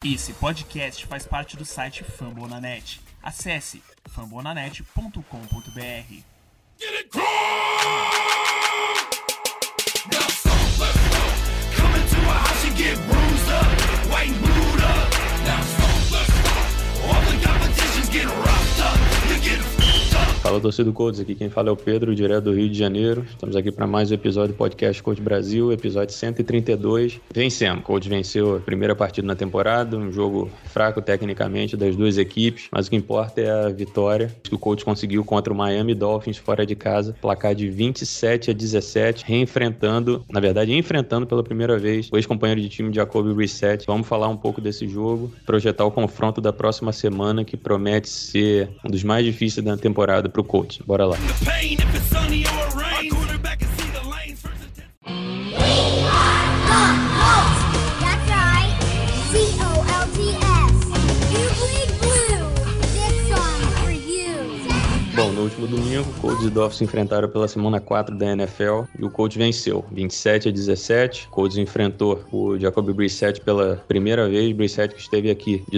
Esse podcast faz parte do site Fambonanet. Acesse fambonanet.com.br. Get it crunk! Now stop, let's go. Come into a house and get bruised up, white and blued up. Now stop, let's go. All the competitions get roughed up. You get f***ed up. Fala, torcida do Colts, aqui quem fala é o Pedro, direto do Rio de Janeiro. Estamos aqui para mais um episódio do podcast Colts Brasil, episódio 132. Vencemos, o Colts venceu a primeira partida na temporada, um jogo fraco tecnicamente das duas equipes, mas o que importa é a vitória que o Colts conseguiu contra o Miami Dolphins fora de casa, placar de 27-17, enfrentando pela primeira vez o ex-companheiro de time Jacoby Brissett. Vamos falar um pouco desse jogo, projetar o confronto da próxima semana, que promete ser um dos mais difíceis da temporada pro Colts. Bora lá. Bom, no último domingo, o Colts e Dolphins se enfrentaram pela semana 4 da NFL e o Colts venceu, 27-17. O Colts enfrentou o Jacoby Brissett pela primeira vez, Brissett que esteve aqui de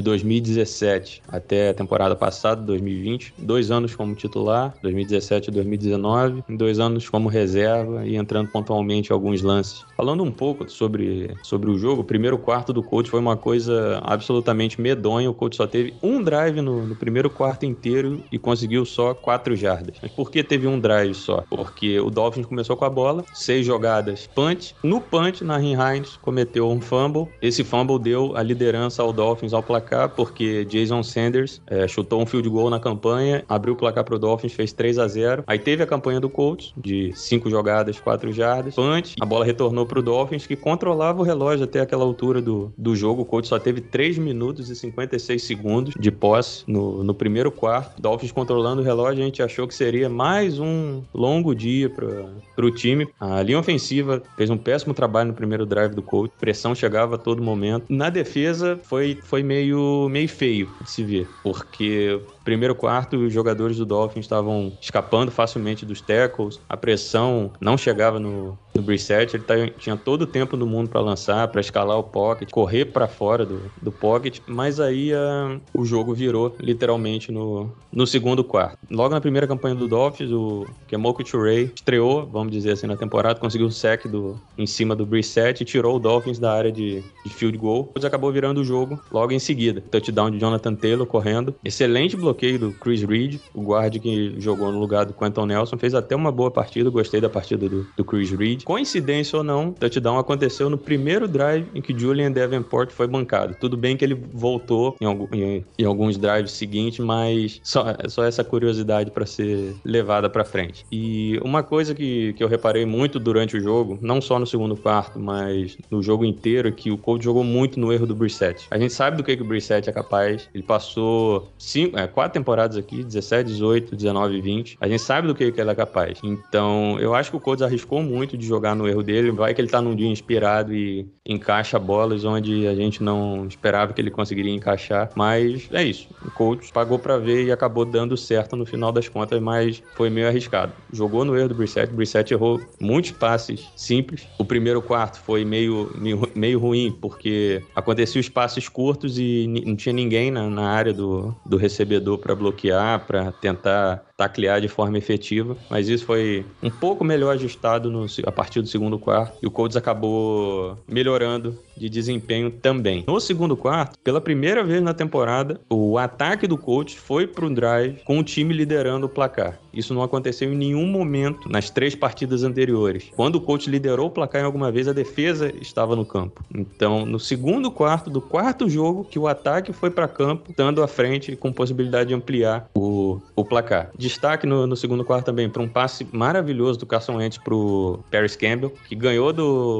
2017 até a temporada passada, 2020. 2 anos como titular, 2017 e 2019, 2 anos como reserva e entrando pontualmente em alguns lances. Falando um pouco sobre o jogo, o primeiro quarto do Colts foi uma coisa absolutamente medonha. O Colts só teve um drive no primeiro quarto inteiro e conseguiu só 4 jardas. Mas por que teve um drive só? Porque o Dolphins começou com a bola, 6 jogadas punch. No punch, Nyheim Hines cometeu um fumble. Esse fumble deu a liderança ao Dolphins ao placar, porque Jason Sanders chutou um field goal na campanha, abriu o placar para o Dolphins, fez 3-0. Aí teve a campanha do Colts, de 5 jogadas, 4 jardas. Punch, a bola retornou para o Dolphins, que controlava o relógio até aquela altura do jogo. O Colts só teve 3 minutos e 56 segundos de posse no primeiro quarto. Dolphins controlando o relógio, a gente achou que seria mais um longo dia para o time. A linha ofensiva fez um péssimo trabalho no primeiro drive do Colts. Pressão chegava a todo momento. Na defesa foi meio feio de se ver, porque primeiro quarto, os jogadores do Dolphins estavam escapando facilmente dos tackles, a pressão não chegava no Brissett, ele tinha todo o tempo do mundo para lançar, para escalar o pocket, correr para fora do pocket, mas aí o jogo virou literalmente no segundo quarto. Logo na primeira campanha do Dolphins, o Kemoku Turay estreou, vamos dizer assim, na temporada, conseguiu um sack em cima do Brissett e tirou o Dolphins da área de field goal. Depois acabou virando o jogo logo em seguida. Touchdown de Jonathan Taylor correndo, excelente bloqueio do Chris Reed, o guarda que jogou no lugar do Quentin Nelson, fez até uma boa partida, gostei da partida do Chris Reed. Coincidência ou não, o touchdown aconteceu no primeiro drive em que Julian Davenport foi bancado. Tudo bem que ele voltou em alguns drives seguintes, mas só essa curiosidade para ser levada para frente. E uma coisa que eu reparei muito durante o jogo, não só no segundo quarto, mas no jogo inteiro, é que o Colts jogou muito no erro do Brissett. A gente sabe do que o Brissett é capaz, ele passou 4 temporadas aqui, 17, 18, 19 e 20. A gente sabe do que ele é capaz. Então, eu acho que o Colts arriscou muito de jogar no erro dele. Vai que ele tá num dia inspirado e encaixa bolas onde a gente não esperava que ele conseguiria encaixar. Mas é isso. O Colts pagou pra ver e acabou dando certo no final das contas, mas foi meio arriscado. Jogou no erro do Brissett. O Brissett errou muitos passes simples. O primeiro quarto foi meio ruim, porque aconteciam os passes curtos e não tinha ninguém na área do recebedor para bloquear, para tentar taclear de forma efetiva, mas isso foi um pouco melhor ajustado a partir do segundo quarto, e o Colts acabou melhorando de desempenho também. No segundo quarto, pela primeira vez na temporada, o ataque do Colts foi para um drive com o time liderando o placar. Isso não aconteceu em nenhum momento nas 3 partidas anteriores. Quando o Colts liderou o placar em alguma vez, a defesa estava no campo. Então, no segundo quarto do quarto jogo, que o ataque foi para campo, estando à frente com possibilidade de ampliar o placar. Destaque no segundo quarto também para um passe maravilhoso do Carson Wentz pro Paris Campbell, que ganhou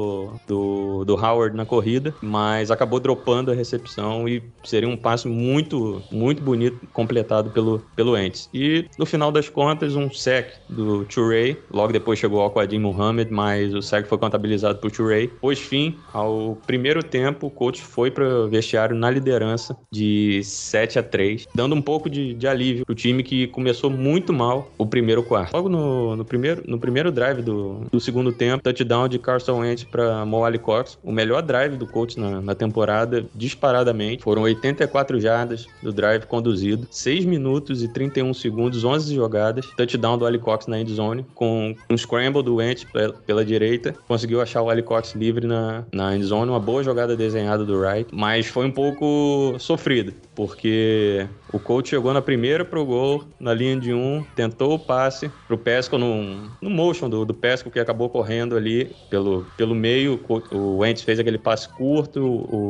do Howard na corrida, mas acabou dropando a recepção e seria um passe muito, muito bonito completado pelo Wentz. E no final das contas, um sack do Turay. Logo depois chegou o Al-Quadin Muhammad, mas o sack foi contabilizado por Turay. Pôs fim ao primeiro tempo, o Colts foi para o vestiário na liderança de 7-3, dando um pouco de alívio pro time que começou muito muito mal o primeiro quarto. Logo no primeiro drive do segundo tempo, touchdown de Carson Wentz para Mo Alie-Cox, o melhor drive do Colts na temporada, disparadamente. Foram 84 jardas do drive conduzido, 6 minutos e 31 segundos, 11 jogadas, touchdown do Alie-Cox na endzone, com um scramble do Wentz pela direita, conseguiu achar o Alie-Cox livre na endzone, uma boa jogada desenhada do Wright, mas foi um pouco sofrido, porque o Colts chegou na primeira pro gol, na linha de 1, tentou o passe pro Pascal no motion do Pascal, que acabou correndo ali pelo meio. O Wentz fez aquele passe curto,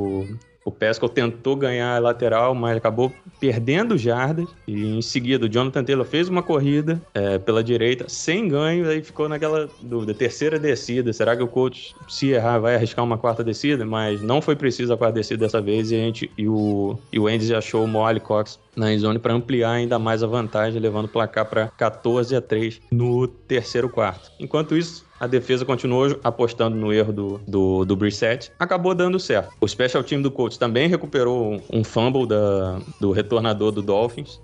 o Pascal tentou ganhar a lateral, mas acabou perdendo jardas. E em seguida, o Jonathan Taylor fez uma corrida pela direita, sem ganho. Aí ficou naquela dúvida, terceira descida. Será que o coach, se errar, vai arriscar uma quarta descida? Mas não foi preciso a quarta descida dessa vez. E o Wentz achou o Mo Alie-Cox na endzone para ampliar ainda mais a vantagem, levando o placar para 14-3 no terceiro quarto. Enquanto isso, a defesa continuou apostando no erro do Brissett. Acabou dando certo. O special team do Colts também recuperou um fumble do retornador do Dolphins,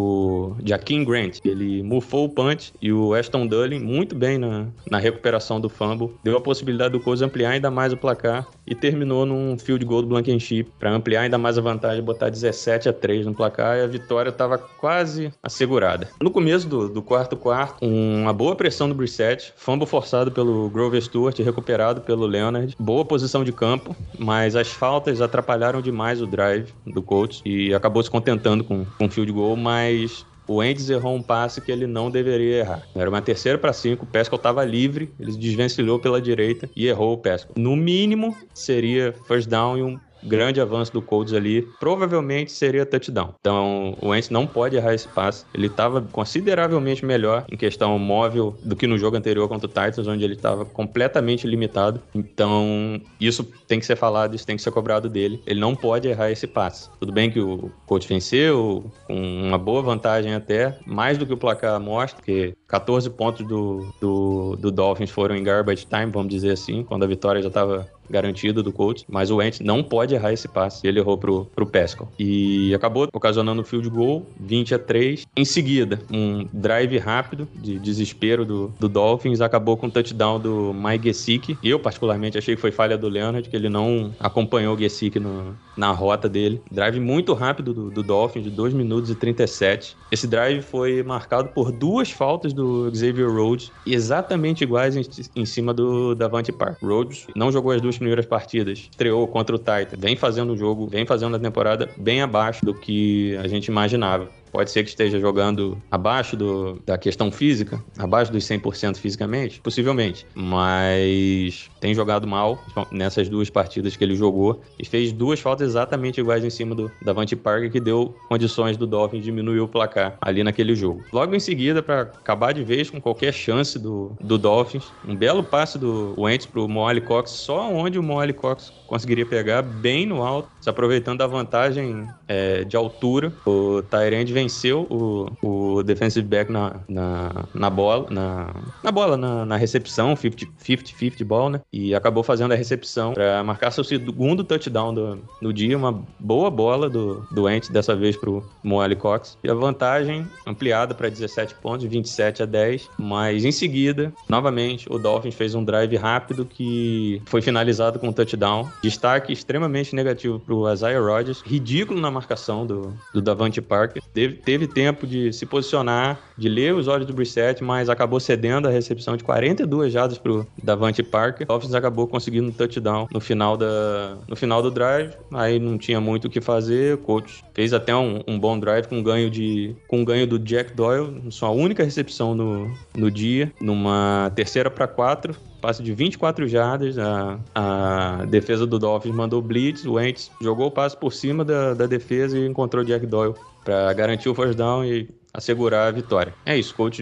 o Jaquim Grant. Ele mufou o punch e o Ashton Dulin, muito bem na recuperação do fumble, deu a possibilidade do Colts ampliar ainda mais o placar e terminou num field goal do Blankenship para ampliar ainda mais a vantagem, botar 17-3 no placar, e a vitória estava quase assegurada. No começo do quarto, uma boa pressão do Brissett, fumble forçado pelo Grover Stewart, recuperado pelo Leonard, boa posição de campo, mas as faltas atrapalharam demais o drive do Colts e acabou se contentando com field goal, mas o Wentz errou um passe que ele não deveria errar. Era uma 3ª-5, o Pascal estava livre, ele desvencilhou pela direita e errou o Pascal. No mínimo, seria first down e um grande avanço do Colts ali, provavelmente seria touchdown. Então, o Wentz não pode errar esse passe. Ele estava consideravelmente melhor em questão móvel do que no jogo anterior contra o Titans, onde ele estava completamente limitado. Então, isso tem que ser falado, isso tem que ser cobrado dele. Ele não pode errar esse passe. Tudo bem que o Colts venceu, com uma boa vantagem até, mais do que o placar mostra, porque 14 pontos do Dolphins foram em garbage time, vamos dizer assim, quando a vitória já estava garantida do Colts, mas o Wentz não pode errar esse passe. Ele errou pro Pascal. E acabou ocasionando o field goal, 20-3. Em seguida, um drive rápido de desespero do Dolphins acabou com o touchdown do Mike Gesicki. Eu, particularmente, achei que foi falha do Leonard, que ele não acompanhou o Gesicki na rota dele. Drive muito rápido do Dolphins, de 2 minutos e 37. Esse drive foi marcado por 2 faltas do Xavier Rhodes, exatamente iguais em cima do Davante Parker. Rhodes não jogou as 2 primeiras partidas, estreou contra o Titans, vem fazendo o jogo, vem fazendo a temporada bem abaixo do que a gente imaginava. Pode ser que esteja jogando abaixo da questão física, abaixo dos 100% fisicamente, possivelmente. Mas tem jogado mal nessas 2 partidas que ele jogou e fez 2 faltas exatamente iguais em cima do Davante Parker, que deu condições do Dolphins diminuir o placar ali naquele jogo. Logo em seguida, para acabar de vez com qualquer chance do Dolphins, um belo passe do Wentz pro Mo Alie-Cox, só onde o Mo Alie-Cox conseguiria pegar, bem no alto, se aproveitando da vantagem de altura. O tight end venceu o defensive back na bola, na recepção, 50-50 ball, né? E acabou fazendo a recepção para marcar seu segundo touchdown no dia. Uma boa bola do Wentz, dessa vez pro Mo Alie-Cox. E a vantagem ampliada para 17 pontos, 27-10. Mas em seguida, novamente, o Dolphins fez um drive rápido que foi finalizado com um touchdown. Destaque extremamente negativo pro Isaiah Rodgers. Ridículo na marcação do Davante Parker. Teve tempo de se posicionar, de ler os olhos do Brissett, mas acabou cedendo a recepção de 42 jardas pro Davante Parker. O Dolphins acabou conseguindo um touchdown no final do drive. Aí não tinha muito o que fazer. O coach fez até um bom drive com ganho do Jack Doyle, sua única recepção no dia, numa 3ª-4. Passe de 24 jardas, a defesa do Dolphins mandou blitz, o Wentz jogou o passe por cima da defesa e encontrou o Jack Doyle para garantir o first down e assegurar a vitória. É isso, Colts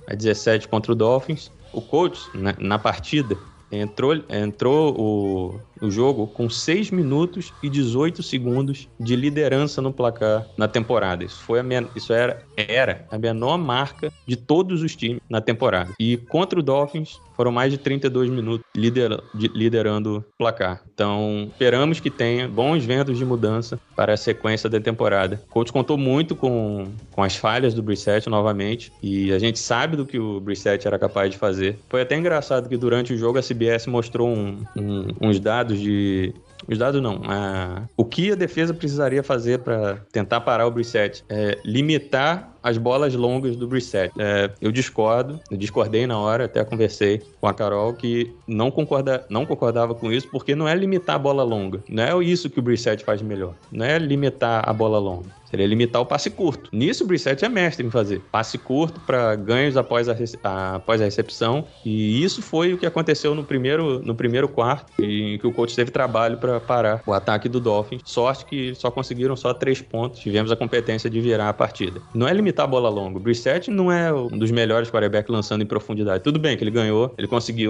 27-17 contra o Dolphins. O Colts, na partida, entrou o jogo com 6 minutos e 18 segundos de liderança no placar na temporada. Isso era a menor marca de todos os times na temporada. E contra o Dolphins foram mais de 32 minutos liderando o placar. Então, esperamos que tenha bons ventos de mudança para a sequência da temporada. O coach contou muito com as falhas do Brissett novamente, e a gente sabe do que o Brissett era capaz de fazer. Foi até engraçado que durante o jogo a CBS mostrou uns dados de... Os dados não. O que a defesa precisaria fazer para tentar parar o Brissett? Limitar as bolas longas do Brissett. Eu discordei na hora, até conversei com a Carol, que não concordava com isso, porque não é limitar a bola longa. Não é isso que o Brissett faz melhor. Não é limitar a bola longa. Seria limitar o passe curto. Nisso o Brissett é mestre em fazer. Passe curto para ganhos após a recepção. E isso foi o que aconteceu no primeiro quarto, em que o coach teve trabalho para parar o ataque do Dolphins. Sorte que só conseguiram 3 pontos. Tivemos a competência de virar a partida. Não é limitar a bola longa. O Brissett não é um dos melhores quarterbacks lançando em profundidade. Tudo bem que ele ganhou. Ele conseguiu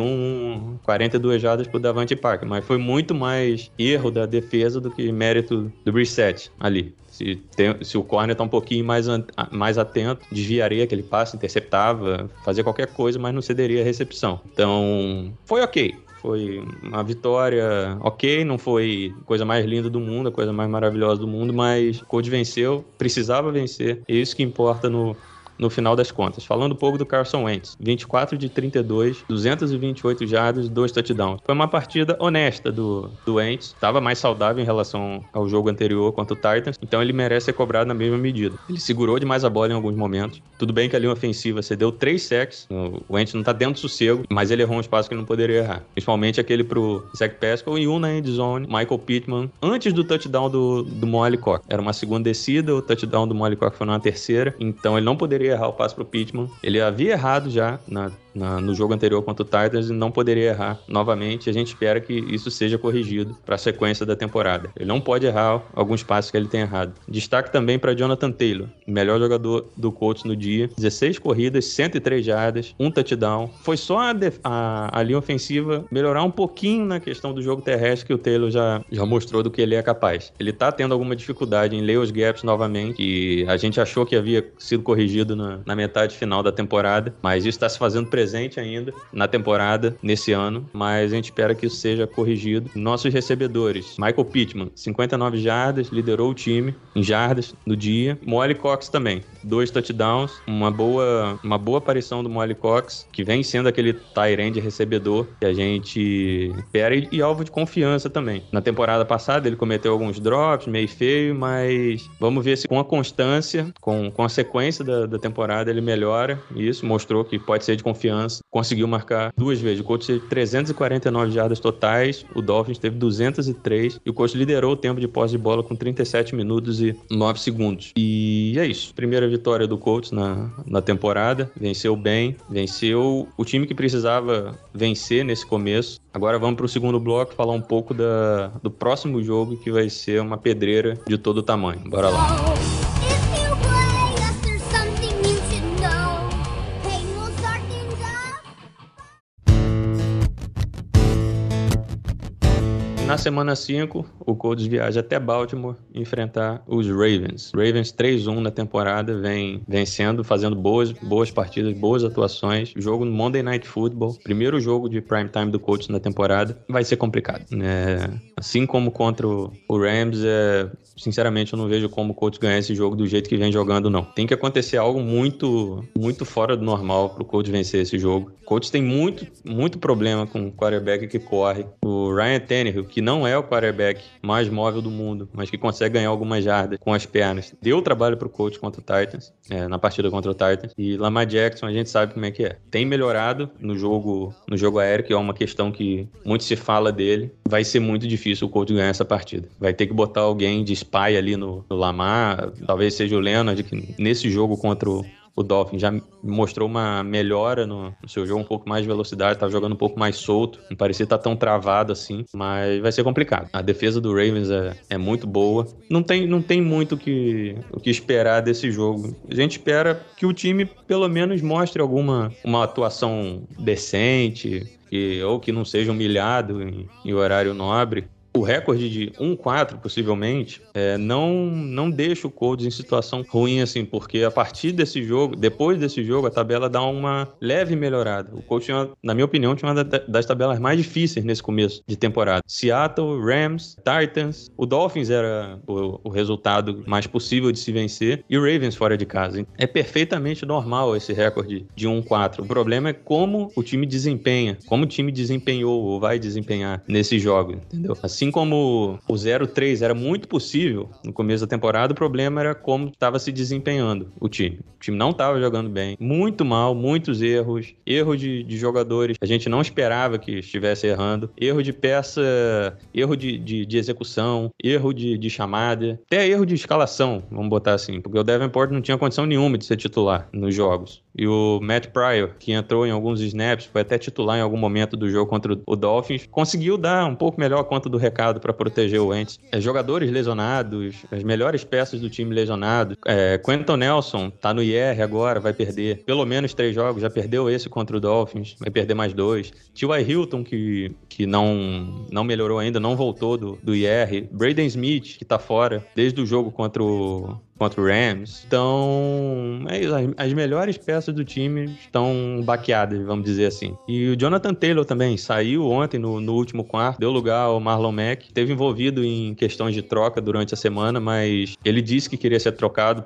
42 jardas pro Davante Parker. Mas foi muito mais erro da defesa do que mérito do Brissett ali. Se o corner tá um pouquinho mais atento, desviaria aquele passe, interceptava, fazia qualquer coisa, mas não cederia a recepção. Então, foi ok. Foi uma vitória ok, não foi a coisa mais linda do mundo, a coisa mais maravilhosa do mundo, mas o Colts venceu, precisava vencer, e é isso que importa no final das contas. Falando um pouco do Carson Wentz, 24 de 32, 228 jardas, 2 touchdowns. Foi uma partida honesta do Wentz, estava mais saudável em relação ao jogo anterior contra o Titans, então ele merece ser cobrado na mesma medida. Ele segurou demais a bola em alguns momentos. Tudo bem que a linha ofensiva cedeu 3 sacks, o Wentz não está dentro do sossego, mas ele errou um espaço que ele não poderia errar. Principalmente aquele pro Zach Pascal e na end zone, Michael Pittman, antes do touchdown do Mo Alley-Cox. Era uma segunda descida, o touchdown do Mo Alley-Cox foi numa terceira, então ele não poderia errar o passe pro Pittman. Ele havia errado já no jogo anterior contra o Titans e não poderia errar novamente. A gente espera que isso seja corrigido para a sequência da temporada. Ele não pode errar alguns passes que ele tem errado. Destaque também para Jonathan Taylor, melhor jogador do Colts no dia. 16 corridas, 103 jardas, 1 touchdown. Foi só a linha ofensiva melhorar um pouquinho na questão do jogo terrestre que o Taylor já mostrou do que ele é capaz. Ele tá tendo alguma dificuldade em ler os gaps novamente, e a gente achou que havia sido corrigido na metade final da temporada, mas isso está se fazendo presente ainda na temporada, nesse ano, mas a gente espera que isso seja corrigido. Nossos recebedores, Michael Pittman, 59 jardas, liderou o time em jardas no dia. Mo Alley-Cox também, 2 touchdowns, uma boa aparição do Mo Alley-Cox, que vem sendo aquele tight end recebedor que a gente espera, e alvo de confiança também. Na temporada passada ele cometeu alguns drops, meio feio, mas vamos ver se com a constância, com a sequência da temporada ele melhora, e isso mostrou que pode ser de confiança. Conseguiu marcar 2 vezes. O Colts teve 349 jardas totais, o Dolphins teve 203, e o Colts liderou o tempo de posse de bola com 37 minutos e 9 segundos. E é isso. Primeira vitória do Colts na temporada. Venceu bem, venceu o time que precisava vencer nesse começo. Agora vamos para o segundo bloco, falar um pouco do próximo jogo, que vai ser uma pedreira de todo tamanho. Bora lá. Na semana 5, o Colts viaja até Baltimore enfrentar os Ravens. Ravens 3-1 na temporada, vem vencendo, fazendo boas partidas, boas atuações. Jogo no Monday Night Football, primeiro jogo de prime time do Colts na temporada, vai ser complicado. Assim como contra o Rams, sinceramente eu não vejo como o Colts ganhar esse jogo do jeito que vem jogando, não. Tem que acontecer algo muito, muito fora do normal pro Colts vencer esse jogo. O Colts tem muito, muito problema com o quarterback que corre. O Ryan Tannehill, que não é o quarterback mais móvel do mundo, mas que consegue ganhar algumas jardas com as pernas, deu trabalho pro Colts contra o Titans, na partida contra o Titans. E Lamar Jackson, a gente sabe como é que é. Tem melhorado no jogo aéreo, que é uma questão que muito se fala dele. Vai ser muito difícil o Colts ganhar essa partida. Vai ter que botar alguém de spy ali no Lamar, talvez seja o Leonard, que nesse jogo contra o Dolphins já mostrou uma melhora no seu jogo, um pouco mais de velocidade, tá jogando um pouco mais solto, não parecia estar tão travado assim, mas vai ser complicado. A defesa do Ravens é muito boa, não tem muito o que esperar desse jogo. A gente espera que o time pelo menos mostre uma atuação decente, ou que não seja humilhado em horário nobre. O recorde de 1-4, possivelmente, não deixa o Colts em situação ruim, assim, porque a partir desse jogo, depois desse jogo, a tabela dá uma leve melhorada. O Colts, na minha opinião, tinha uma das tabelas mais difíceis nesse começo de temporada. Seattle, Rams, Titans, o Dolphins era o resultado mais possível de se vencer, e o Ravens fora de casa. É perfeitamente normal esse recorde de 1-4. O problema é como o time desempenha, como o time desempenhou ou vai desempenhar nesse jogo, entendeu? Assim como o 0-3 era muito possível no começo da temporada, o problema era como estava se desempenhando o time. O time não estava jogando bem, muito mal, muitos erros de jogadores. A gente não esperava que estivesse errando, erro de peça, erro de execução, erro de chamada, até erro de escalação, vamos botar assim, porque o Davenport não tinha condição nenhuma de ser titular nos jogos. E o Matt Pryor, que entrou em alguns snaps, foi até titular em algum momento do jogo contra o Dolphins, conseguiu dar um pouco melhor conta do recado para proteger o Wentz. Jogadores lesionados, as melhores peças do time lesionados. Quentin Nelson tá no IR agora, vai perder pelo menos 3 jogos, já perdeu esse contra o Dolphins, vai perder mais 2. T.Y. Hilton, que não melhorou ainda, não voltou do IR. Braden Smith, que tá fora desde o jogo contra o Rams. Então, as melhores peças do time estão baqueadas, vamos dizer assim. E o Jonathan Taylor também saiu ontem no último quarto, deu lugar ao Marlon Mack, esteve envolvido em questões de troca durante a semana, mas ele disse que queria ser trocado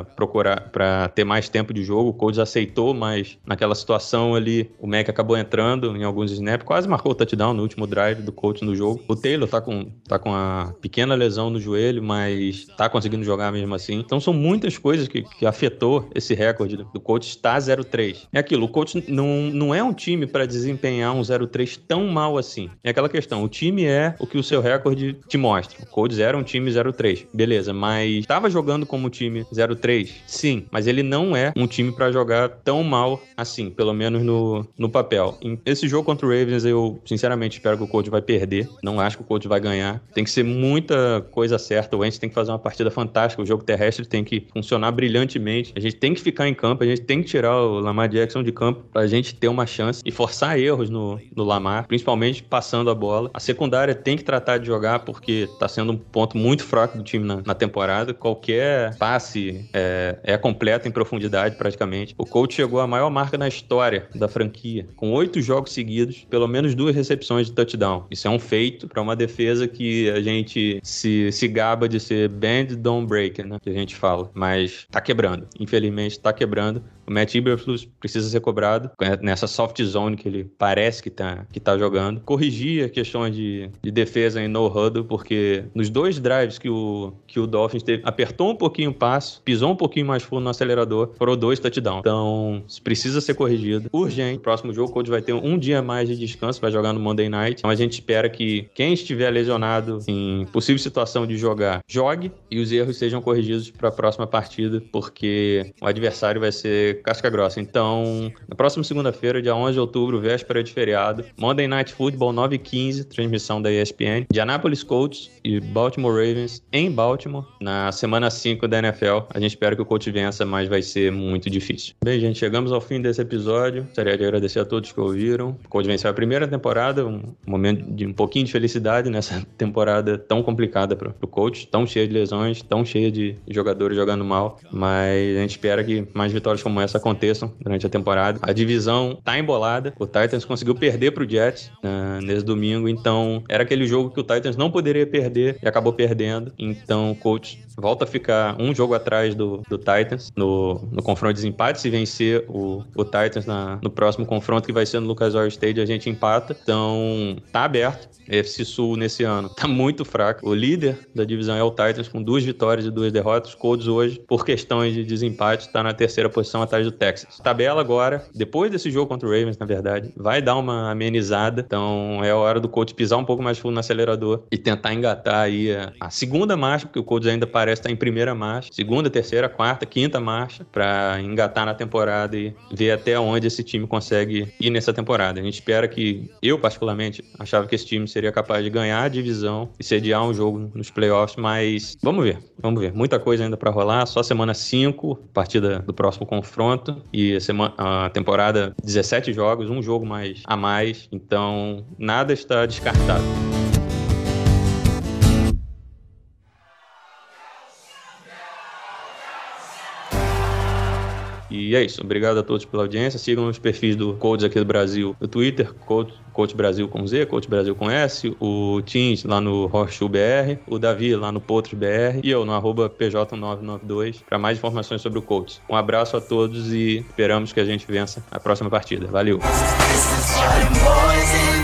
para ter mais tempo de jogo. O Colts aceitou, mas naquela situação ali, o Mack acabou entrando em alguns snaps, quase marcou o touchdown no último drive do Colts no jogo. O Taylor tá com a pequena lesão no joelho, mas tá conseguindo jogar mesmo assim. Então são muitas coisas que afetou esse recorde do Colts estar 0-3. É aquilo, o Colts não é um time para desempenhar um 0-3 tão mal assim. É aquela questão, o time é o que o seu recorde te mostra. O Colts era um time 0-3, beleza, mas estava jogando como time 0-3? Sim, mas ele não é um time para jogar tão mal assim, pelo menos no papel. Esse jogo contra o Ravens, eu sinceramente espero que o Colts vai perder. Não acho que o Colts vai ganhar. Tem que ser muita coisa certa. O Wentz tem que fazer uma partida fantástica. O jogo terrestre tem que funcionar brilhantemente. A gente tem que ficar em campo, a gente tem que tirar o Lamar Jackson de campo pra gente ter uma chance e forçar erros no Lamar, principalmente passando a bola. A secundária tem que tratar de jogar porque tá sendo um ponto muito fraco do time na temporada. Qualquer passe é completo em profundidade praticamente. O Colts chegou à maior marca na história da franquia, com 8 jogos seguidos, pelo menos 2 recepções de touchdown. Isso é um feito para uma defesa que a gente se gaba de ser bend, don't break, né? Que a gente fala, mas tá quebrando. Infelizmente tá quebrando. O Matt Eberflus precisa ser cobrado nessa soft zone que ele parece que tá jogando. Corrigir questões de defesa em no huddle, porque nos 2 drives que o Dolphins teve, apertou um pouquinho o passo, pisou um pouquinho mais fundo no acelerador, foram 2 touchdowns. Então, precisa ser corrigido. Urgente. Próximo jogo, o Colts vai ter um dia mais de descanso, vai jogar no Monday Night. Então, a gente espera que quem estiver lesionado em possível situação de jogar, jogue e os erros sejam corrigidos para a próxima partida, porque o adversário vai ser casca grossa. Então, na próxima segunda-feira, dia 11 de outubro, véspera de feriado, Monday Night Football 9h15, transmissão da ESPN, Indianapolis Colts e Baltimore Ravens em Baltimore, na semana 5 da NFL. A gente espera que o Colts vença, mas vai ser muito difícil. Bem, gente, chegamos ao fim desse episódio. Gostaria de agradecer a todos que ouviram. O Colts venceu a primeira temporada, um momento de um pouquinho de felicidade nessa temporada tão complicada para o Colts, tão cheia de lesões, tão cheia de jogadores jogando mal, mas a gente espera que mais vitórias como essa aconteçam durante a temporada. A divisão tá embolada, o Titans conseguiu perder pro Jets nesse domingo, então era aquele jogo que o Titans não poderia perder e acabou perdendo. Então o Colts volta a ficar um jogo atrás do Titans no confronto de desempate. Se vencer o Titans no próximo confronto, que vai ser no Lucas Oil Stadium, a gente empata. Então tá aberto. FC Sul nesse ano tá muito fraco. O líder da divisão é o Titans, com 2 vitórias e 2 derrotas. Os Colts hoje, por questões de desempate, tá na 3ª posição atrás do Texas. Tabela agora, depois desse jogo contra o Ravens, na verdade, vai dar uma amenizada. Então é a hora do Colts pisar um pouco mais fundo no acelerador e tentar engatar aí a segunda marcha, porque o Colts ainda parece parece estar em primeira marcha, segunda, terceira, quarta, quinta marcha, para engatar na temporada e ver até onde esse time consegue ir nessa temporada. A gente espera que, eu particularmente, achava que esse time seria capaz de ganhar a divisão e sediar um jogo nos playoffs, mas vamos ver. Muita coisa ainda para rolar, só semana 5, partida do próximo confronto, e a temporada 17 jogos, um jogo a mais, então nada está descartado. E é isso. Obrigado a todos pela audiência. Sigam os perfis do Colts aqui do Brasil no Twitter, Coach Brasil com Z, Coach Brasil com S, o Teams lá no Horseshoe BR, o Davi lá no Potros BR e eu no @PJ992 para mais informações sobre o Colts. Um abraço a todos e esperamos que a gente vença a próxima partida. Valeu!